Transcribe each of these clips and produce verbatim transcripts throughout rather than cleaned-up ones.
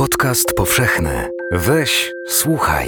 Podcast powszechny. Weź, słuchaj.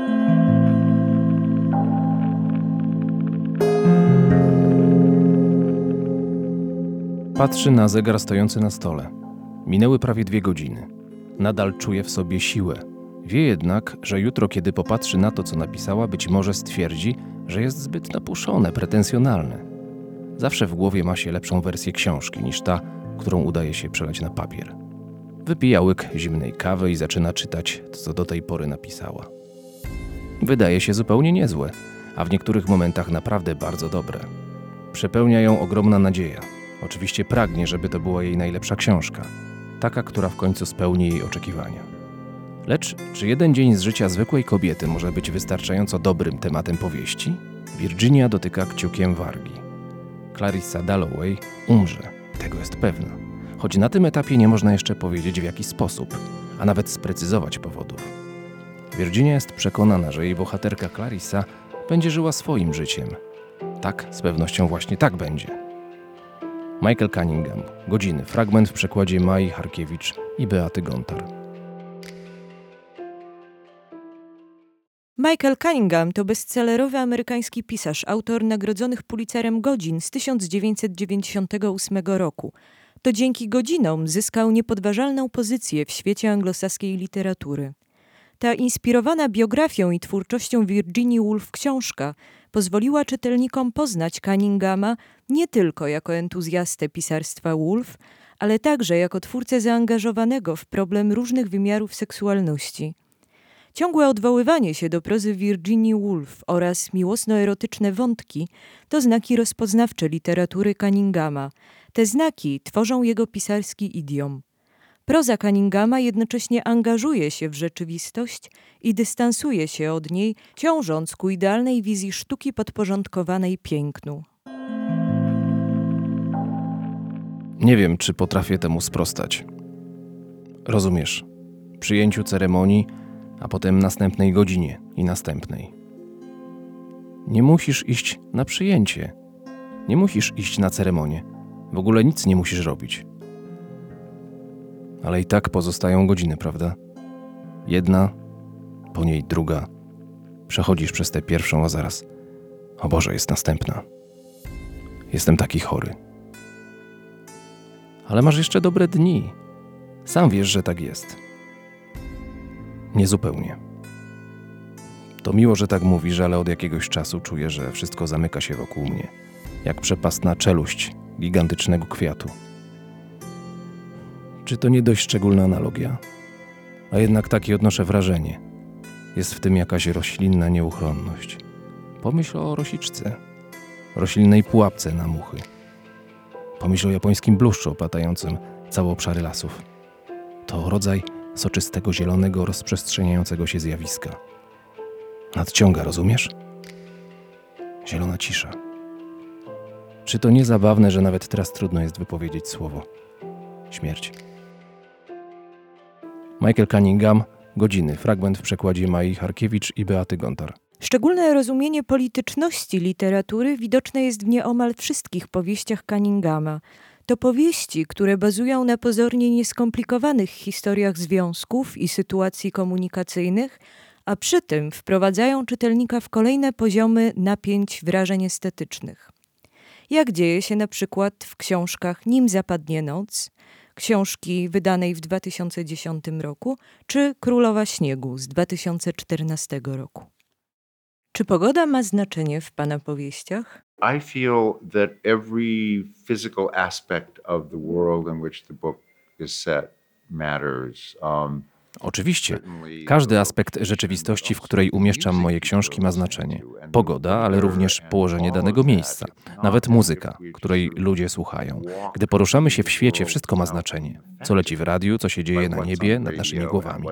Patrzy na zegar stojący na stole. Minęły prawie dwie godziny. Nadal czuje w sobie siłę. Wie jednak, że jutro, kiedy popatrzy na to, co napisała, być może stwierdzi, że jest zbyt napuszone, pretensjonalne. Zawsze w głowie ma się lepszą wersję książki niż ta, którą udaje się przelać na papier. Wypija łyk zimnej kawy i zaczyna czytać, co do tej pory napisała. Wydaje się zupełnie niezłe, a w niektórych momentach naprawdę bardzo dobre. Przepełnia ją ogromna nadzieja. Oczywiście pragnie, żeby to była jej najlepsza książka. Taka, która w końcu spełni jej oczekiwania. Lecz czy jeden dzień z życia zwykłej kobiety może być wystarczająco dobrym tematem powieści? Virginia dotyka kciukiem wargi. Clarissa Dalloway umrze, tego jest pewna. Choć na tym etapie nie można jeszcze powiedzieć, w jaki sposób, a nawet sprecyzować powodów. Virginia jest przekonana, że jej bohaterka Clarissa będzie żyła swoim życiem. Tak, z pewnością właśnie tak będzie. Michael Cunningham. Godziny. Fragment w przekładzie Mai Harkiewicz i Beaty Gontar. Michael Cunningham to bestsellerowy amerykański pisarz, autor nagrodzonych Pulitzerem godzin z tysiąc dziewięćset dziewięćdziesiątego ósmego roku. To dzięki godzinom zyskał niepodważalną pozycję w świecie anglosaskiej literatury. Ta inspirowana biografią i twórczością Virginii Woolf książka pozwoliła czytelnikom poznać Cunninghama nie tylko jako entuzjastę pisarstwa Woolf, ale także jako twórcę zaangażowanego w problem różnych wymiarów seksualności. Ciągłe odwoływanie się do prozy Virginii Woolf oraz miłosno-erotyczne wątki to znaki rozpoznawcze literatury Cunninghama. Te znaki tworzą jego pisarski idiom. Proza Cunninghama jednocześnie angażuje się w rzeczywistość i dystansuje się od niej, ciążąc ku idealnej wizji sztuki podporządkowanej pięknu. Nie wiem, czy potrafię temu sprostać. Rozumiesz, przyjęciu ceremonii, a potem następnej godzinie i następnej. Nie musisz iść na przyjęcie. Nie musisz iść na ceremonię. W ogóle nic nie musisz robić. Ale i tak pozostają godziny, prawda? Jedna, po niej druga. Przechodzisz przez tę pierwszą, a zaraz, o Boże, jest następna. Jestem taki chory. Ale masz jeszcze dobre dni. Sam wiesz, że tak jest. Niezupełnie. To miło, że tak mówisz, ale od jakiegoś czasu czuję, że wszystko zamyka się wokół mnie. Jak przepastna czeluść gigantycznego kwiatu. Czy to nie dość szczególna analogia? A jednak takie odnoszę wrażenie. Jest w tym jakaś roślinna nieuchronność. Pomyśl o rosiczce, roślinnej pułapce na muchy. Pomyśl o japońskim bluszczu oplatającym całe obszary lasów. To rodzaj soczystego zielonego, rozprzestrzeniającego się zjawiska. Nadciąga, rozumiesz? Zielona cisza. Czy to nie zabawne, że nawet teraz trudno jest wypowiedzieć słowo śmierć? Michael Cunningham, Godziny. Fragment w przekładzie Mai Harkiewicz i Beaty Gontar. Szczególne rozumienie polityczności literatury widoczne jest w nieomal wszystkich powieściach Cunninghama. To powieści, które bazują na pozornie nieskomplikowanych historiach związków i sytuacji komunikacyjnych, a przy tym wprowadzają czytelnika w kolejne poziomy napięć wrażeń estetycznych. Jak dzieje się na przykład w książkach Nim zapadnie noc, książki wydanej w dwa tysiące dziesiątym roku, czy Królowa śniegu z dwa tysiące czternastego roku. Czy pogoda ma znaczenie w pana powieściach? I feel that every physical aspect of the world in which the book is set matters. Um, Oczywiście. Każdy aspekt rzeczywistości, w której umieszczam moje książki, ma znaczenie. Pogoda, ale również położenie danego miejsca. Nawet muzyka, której ludzie słuchają. Gdy poruszamy się w świecie, wszystko ma znaczenie. Co leci w radiu, co się dzieje na niebie, nad naszymi głowami.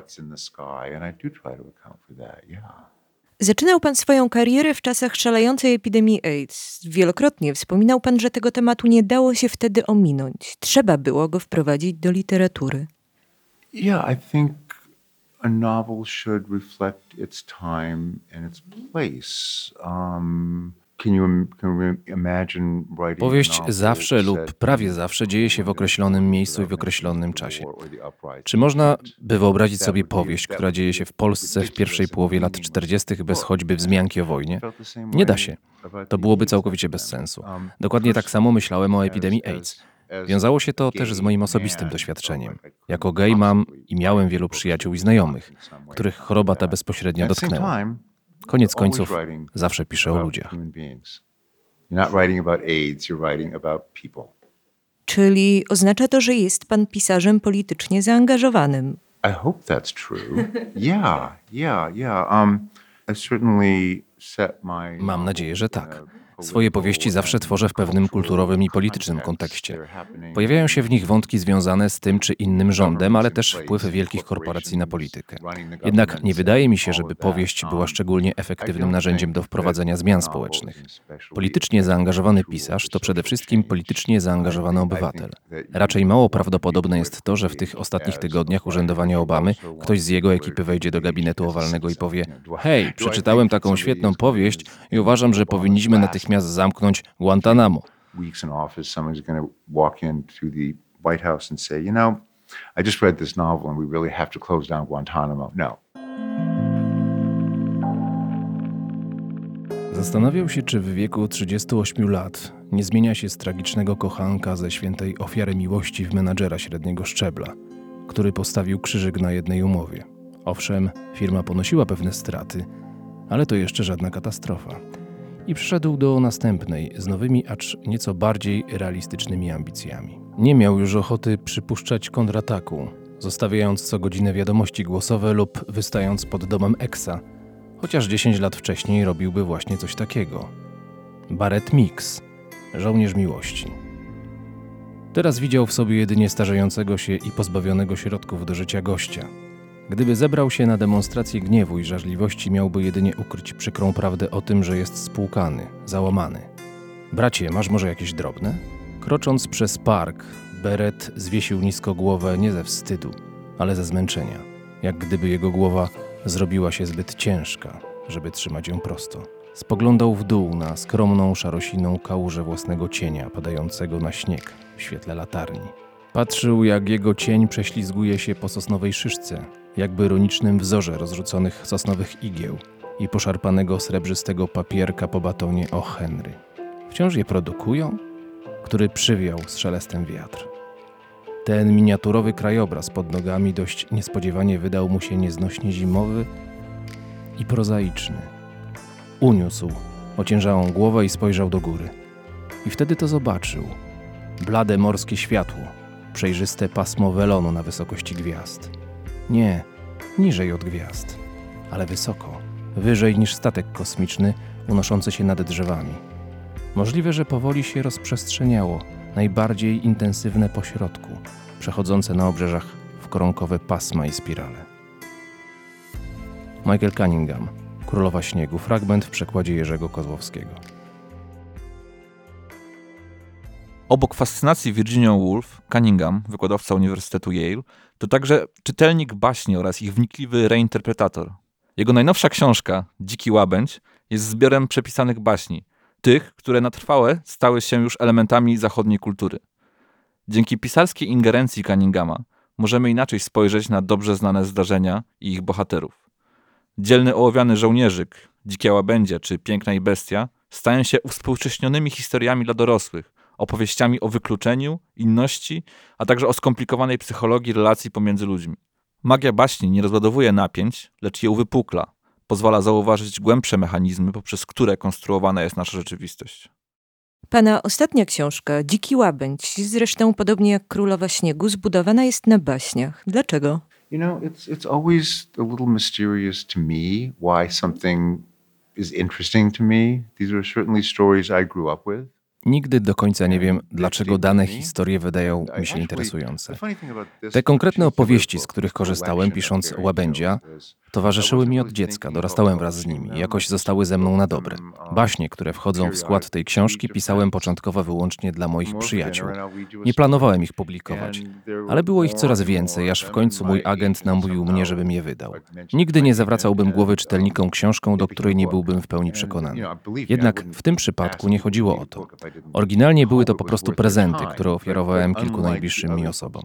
Zaczynał pan swoją karierę w czasach szalejącej epidemii AIDS. Wielokrotnie wspominał pan, że tego tematu nie dało się wtedy ominąć. Trzeba było go wprowadzić do literatury. Yeah, I think a novel should reflect its time and its place. Um, Can you im- can you imagine writing a Powieść novel zawsze lub set prawie in zawsze dzieje się w określonym miejscu i w określonym czasie. Czy Czy można by wyobrazić sobie powieść, która dzieje się w Polsce w pierwszej połowie lat czterdziestych bez choćby wzmianki o wojnie? Nie da się. To byłoby całkowicie bez sensu. Dokładnie tak samo myślałem o epidemii AIDS. Wiązało się to też z moim osobistym doświadczeniem. Jako gej mam i miałem wielu przyjaciół i znajomych, których choroba ta bezpośrednio dotknęła. Koniec końców zawsze piszę o ludziach. You're not writing about AIDS, you're writing about people. Czyli oznacza to, że jest pan pisarzem politycznie zaangażowanym. I hope that's true. Yeah, yeah, yeah. Um, I certainly set my Mam nadzieję, że tak. Swoje powieści zawsze tworzę w pewnym kulturowym i politycznym kontekście. Pojawiają się w nich wątki związane z tym czy innym rządem, ale też wpływ wielkich korporacji na politykę. Jednak nie wydaje mi się, żeby powieść była szczególnie efektywnym narzędziem do wprowadzenia zmian społecznych. Politycznie zaangażowany pisarz to przede wszystkim politycznie zaangażowany obywatel. Raczej mało prawdopodobne jest to, że w tych ostatnich tygodniach urzędowania Obamy ktoś z jego ekipy wejdzie do gabinetu owalnego i powie: hej, przeczytałem taką świetną powieść i uważam, że powinniśmy natychmiast zamknąć Guantanamo. weeks in office, someone's going to walk into the White House and say, you know, I just read this novel and we really have to close down Guantanamo. No. Zastanawiał się, czy w wieku trzydziestu ośmiu lat nie zmienia się z tragicznego kochanka ze świętej ofiary miłości w menadżera średniego szczebla, który postawił krzyżyk na jednej umowie. Owszem, firma ponosiła pewne straty, ale to jeszcze żadna katastrofa. I przyszedł do następnej z nowymi, acz nieco bardziej realistycznymi ambicjami. Nie miał już ochoty przypuszczać kontrataku, zostawiając co godzinę wiadomości głosowe lub wystając pod domem Exa, chociaż dziesięć lat wcześniej robiłby właśnie coś takiego. Barrett Mix, żołnierz miłości. Teraz widział w sobie jedynie starzejącego się i pozbawionego środków do życia gościa. Gdyby zebrał się na demonstrację gniewu i żarliwości, miałby jedynie ukryć przykrą prawdę o tym, że jest spłukany, załamany. Bracie, masz może jakieś drobne? Krocząc przez park, Barrett zwiesił nisko głowę nie ze wstydu, ale ze zmęczenia, jak gdyby jego głowa zrobiła się zbyt ciężka, żeby trzymać ją prosto. Spoglądał w dół na skromną, szarosiną kałużę własnego cienia padającego na śnieg w świetle latarni. Patrzył, jak jego cień prześlizguje się po sosnowej szyszce, jakby ironicznym wzorze rozrzuconych sosnowych igieł i poszarpanego srebrzystego papierka po batonie o Henry. Wciąż je produkują? Który przywiał z szelestem wiatr. Ten miniaturowy krajobraz pod nogami dość niespodziewanie wydał mu się nieznośnie zimowy i prozaiczny. Uniósł ociężałą głowę i spojrzał do góry. I wtedy to zobaczył. Blade morskie światło, przejrzyste pasmo welonu na wysokości gwiazd. Nie, niżej od gwiazd, ale wysoko, wyżej niż statek kosmiczny unoszący się nad drzewami. Możliwe, że powoli się rozprzestrzeniało, najbardziej intensywne pośrodku, przechodzące na obrzeżach w koronkowe pasma i spirale. Michael Cunningham, Królowa Śniegu, fragment w przekładzie Jerzego Kozłowskiego. Obok fascynacji Virginią Woolf, Cunningham, wykładowca Uniwersytetu Yale, to także czytelnik baśni oraz ich wnikliwy reinterpretator. Jego najnowsza książka, Dziki Łabędź, jest zbiorem przepisanych baśni, tych, które na trwałe stały się już elementami zachodniej kultury. Dzięki pisarskiej ingerencji Cunninghama możemy inaczej spojrzeć na dobrze znane zdarzenia i ich bohaterów. Dzielny ołowiany żołnierzyk, Dzikie Łabędzie czy Piękna i Bestia stają się uwspółcześnionymi historiami dla dorosłych, opowieściami o wykluczeniu, inności, a także o skomplikowanej psychologii relacji pomiędzy ludźmi. Magia baśni nie rozładowuje napięć, lecz je uwypukla, pozwala zauważyć głębsze mechanizmy, poprzez które konstruowana jest nasza rzeczywistość. Pana ostatnia książka, Dziki Łabędź, zresztą podobnie jak Królowa Śniegu, zbudowana jest na baśniach. Dlaczego? You know, it's it's always a little mysterious to me why something is interesting to me. These are certainly stories I grew up with. Nigdy do końca nie wiem, dlaczego dane historie wydają mi się interesujące. Te konkretne opowieści, z których korzystałem pisząc Łabędzia, Towarzyszyły mi od dziecka, dorastałem wraz z nimi i jakoś zostały ze mną na dobre. Baśnie, które wchodzą w skład tej książki, pisałem początkowo wyłącznie dla moich przyjaciół. Nie planowałem ich publikować, ale było ich coraz więcej, aż w końcu mój agent namówił mnie, żebym je wydał. Nigdy nie zawracałbym głowy czytelnikom książką, do której nie byłbym w pełni przekonany. Jednak w tym przypadku nie chodziło o to. Oryginalnie były to po prostu prezenty, które ofiarowałem kilku najbliższym mi osobom.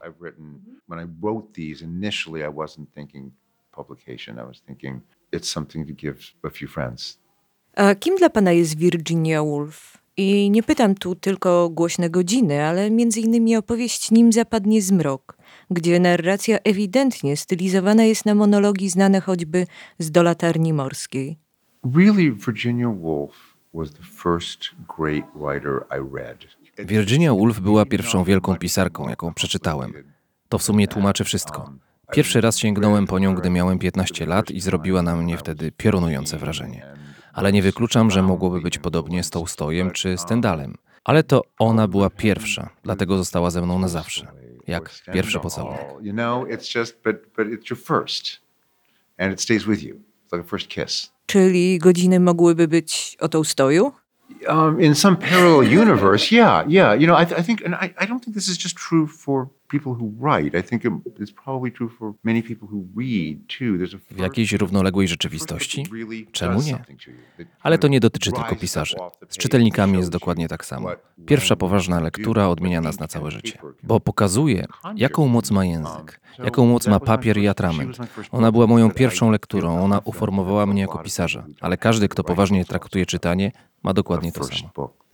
Publication. I was thinking it's something to give a few friends. A kim dla pana jest Virginia Woolf? I nie pytam tu tylko o głośne godziny, ale między innymi opowieść Nim zapadnie zmrok, gdzie narracja ewidentnie stylizowana jest na monologi znane choćby z Do latarni morskiej. Really, Virginia Woolf was the first great writer I read. Virginia Woolf była pierwszą wielką pisarką, jaką przeczytałem. To w sumie tłumaczy wszystko. Pierwszy raz sięgnąłem po nią, gdy miałem piętnaście lat i zrobiła na mnie wtedy piorunujące wrażenie. Ale nie wykluczam, że mogłoby być podobnie z Tolstojem czy Stendhalem. Ale to ona była pierwsza, dlatego została ze mną na zawsze. Jak pierwszy pocałunek. You know, it's just, but, but it's your first. And it stays with you. It's like a first kiss. Czyli godziny mogłyby być o Tolstoju? Um, in some parallel universe, yeah, yeah. You know, I, th- I think, and I, I don't think this is just true for people who write. I think it, it's probably true for many people who read too. There's a W jakiejś równoległej rzeczywistości? Czemu nie? Ale to nie dotyczy tylko pisarzy. Z czytelnikami jest dokładnie tak samo. Pierwsza poważna lektura odmienia nas na całe życie, bo pokazuje, jaką moc ma język, jaką moc ma papier i atrament. Ona była moją pierwszą lekturą, ona uformowała mnie jako pisarza, ale każdy, kto poważnie traktuje czytanie, ma dokładnie to samo.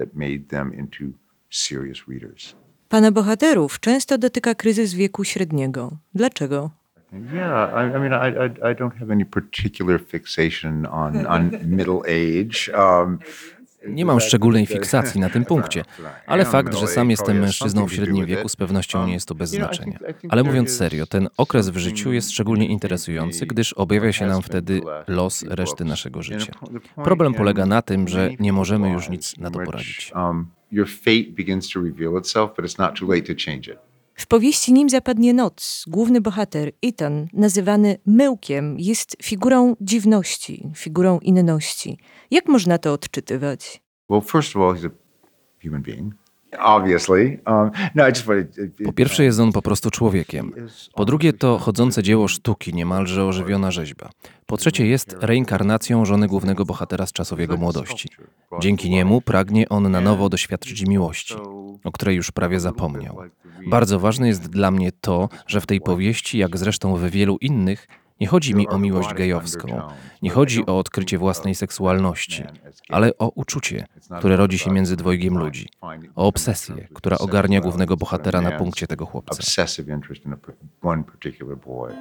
Pana bohaterów często dotyka kryzys wieku średniego. Dlaczego? Yeah, I, I mean, I, I, I don't have any particular fixation on, on middle age. Um, Nie mam szczególnej fiksacji na tym punkcie, ale fakt, że sam jestem mężczyzną w średnim wieku, z pewnością nie jest to bez znaczenia. Ale mówiąc serio, ten okres w życiu jest szczególnie interesujący, gdyż objawia się nam wtedy los reszty naszego życia. Problem polega na tym, że nie możemy już nic na to poradzić. Your fate begins to reveal itself, but it's not too late to change it. W powieści Nim zapadnie noc główny bohater, Ethan, nazywany Myłkiem, jest figurą dziwności, figurą inności. Jak można to odczytywać? Well, first of all, he's a human being. Obviously. Um, no, I just wanted, Po pierwsze jest on po prostu człowiekiem. Po drugie to chodzące dzieło sztuki, niemalże ożywiona rzeźba. Po trzecie jest reinkarnacją żony głównego bohatera z czasów jego młodości. Dzięki niemu pragnie on na nowo doświadczyć miłości, o której już prawie zapomniał. Bardzo ważne jest dla mnie to, że w tej powieści, jak zresztą w wielu innych, nie chodzi mi o miłość gejowską, nie chodzi o odkrycie własnej seksualności, ale o uczucie, które rodzi się między dwojgiem ludzi, o obsesję, która ogarnia głównego bohatera na punkcie tego chłopca. Obsessive interest in a, one particular boy.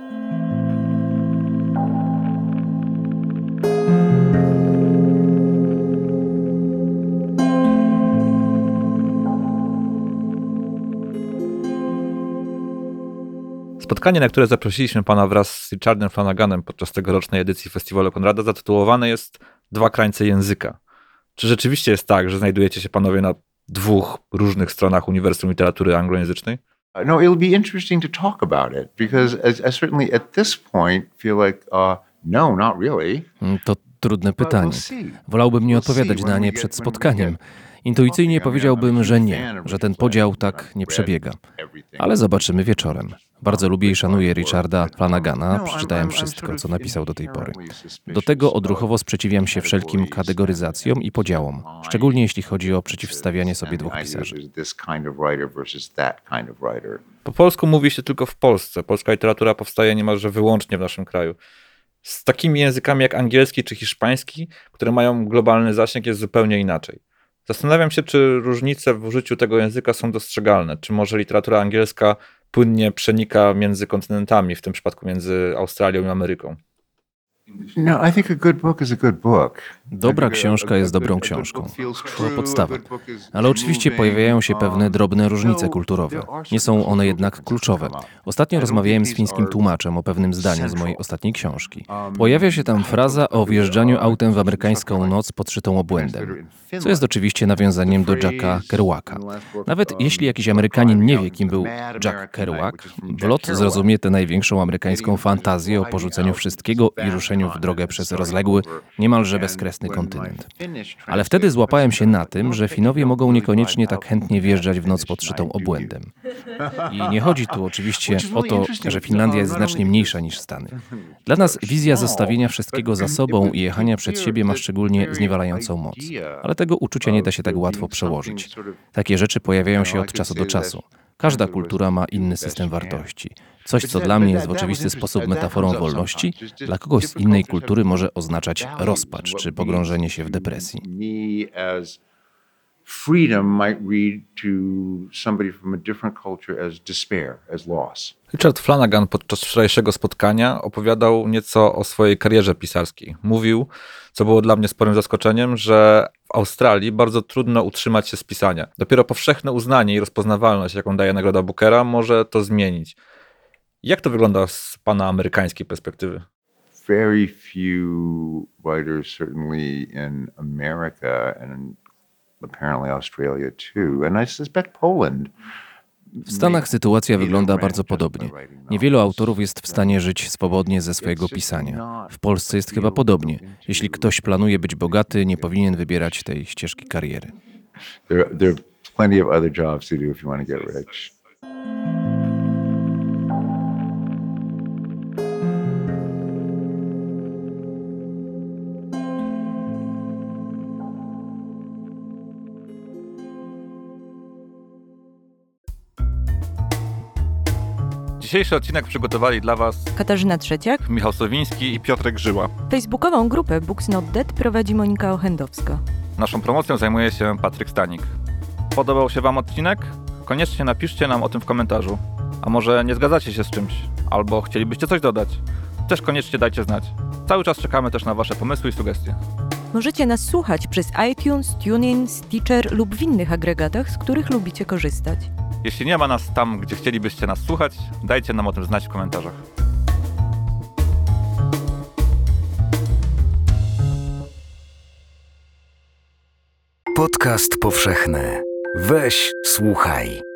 Spotkanie, na które zaprosiliśmy pana wraz z Richardem Flanaganem podczas tegorocznej edycji Festiwalu Konrada, zatytułowane jest Dwa krańce języka. Czy rzeczywiście jest tak, że znajdujecie się panowie na dwóch różnych stronach Uniwersum Literatury Anglojęzycznej? No, it'll be interesting to talk about it, because I, I certainly at this point feel like, uh, no, not really. To trudne pytanie. Wolałbym nie odpowiadać na nie przed spotkaniem. Intuicyjnie powiedziałbym, że nie, że ten podział tak nie przebiega. Ale zobaczymy wieczorem. Bardzo lubię i szanuję Richarda Flanagana, przeczytałem wszystko, co napisał do tej pory. Do tego odruchowo sprzeciwiam się wszelkim kategoryzacjom i podziałom, szczególnie jeśli chodzi o przeciwstawianie sobie dwóch pisarzy. Po polsku mówi się tylko w Polsce. Polska literatura powstaje niemalże wyłącznie w naszym kraju. Z takimi językami jak angielski czy hiszpański, które mają globalny zasięg, jest zupełnie inaczej. Zastanawiam się, czy różnice w użyciu tego języka są dostrzegalne. Czy może literatura angielska płynnie przenika między kontynentami, w tym przypadku między Australią i Ameryką? No, I think a good book is a good book. Dobra książka jest dobrą książką. To podstawa. Ale oczywiście pojawiają się pewne drobne różnice kulturowe. Nie są one jednak kluczowe. Ostatnio rozmawiałem z fińskim tłumaczem o pewnym zdaniu z mojej ostatniej książki. Pojawia się tam fraza o wjeżdżaniu autem w amerykańską noc podszytą obłędem, co jest oczywiście nawiązaniem do Jacka Kerouaka. Nawet jeśli jakiś Amerykanin nie wie, kim był Jack Kerouac, Blot zrozumie tę największą amerykańską fantazję o porzuceniu wszystkiego i ruszeniu w drogę przez rozległy, niemalże bezkresny kontynent. Ale wtedy złapałem się na tym, że Finowie mogą niekoniecznie tak chętnie wjeżdżać w noc podszytą obłędem. I nie chodzi tu oczywiście o to, że Finlandia jest znacznie mniejsza niż Stany. Dla nas wizja zostawienia wszystkiego za sobą i jechania przed siebie ma szczególnie zniewalającą moc. Ale tego uczucia nie da się tak łatwo przełożyć. Takie rzeczy pojawiają się od czasu do czasu. Każda kultura ma inny system wartości. Coś, co dla mnie jest w oczywisty sposób metaforą wolności, dla kogoś z innej kultury może oznaczać rozpacz czy pogrążenie się w depresji. Freedom might read to somebody from a different culture as despair, as loss. Richard Flanagan podczas wczorajszego spotkania opowiadał nieco o swojej karierze pisarskiej. Mówił, co było dla mnie sporym zaskoczeniem, że w Australii bardzo trudno utrzymać się z pisania. Dopiero powszechne uznanie i rozpoznawalność, jaką daje Nagroda Bookera, może to zmienić. Jak to wygląda z pana amerykańskiej perspektywy? Very few writers, certainly in America and apparently Australia too, and I suspect Poland. W Stanach sytuacja wygląda bardzo podobnie. Niewielu autorów jest w stanie żyć swobodnie ze swojego pisania. W Polsce jest chyba podobnie. Jeśli ktoś planuje być bogaty, nie powinien wybierać tej ścieżki kariery. There, there are plenty of other jobs to do if you want to get rich. Dzisiejszy odcinek przygotowali dla Was Katarzyna Trzeciak. Michał Sowiński i Piotrek Żyła. Facebookową grupę Books Not Dead prowadzi Monika Ochendowska. Naszą promocją zajmuje się Patryk Stanik. Podobał się Wam odcinek? Koniecznie napiszcie nam o tym w komentarzu. A może nie zgadzacie się z czymś? Albo chcielibyście coś dodać? Też koniecznie dajcie znać. Cały czas czekamy też na Wasze pomysły i sugestie. Możecie nas słuchać przez iTunes, TuneIn, Stitcher lub w innych agregatach, z których lubicie korzystać. Jeśli nie ma nas tam, gdzie chcielibyście nas słuchać, dajcie nam o tym znać w komentarzach. Podcast powszechny. Weź, słuchaj.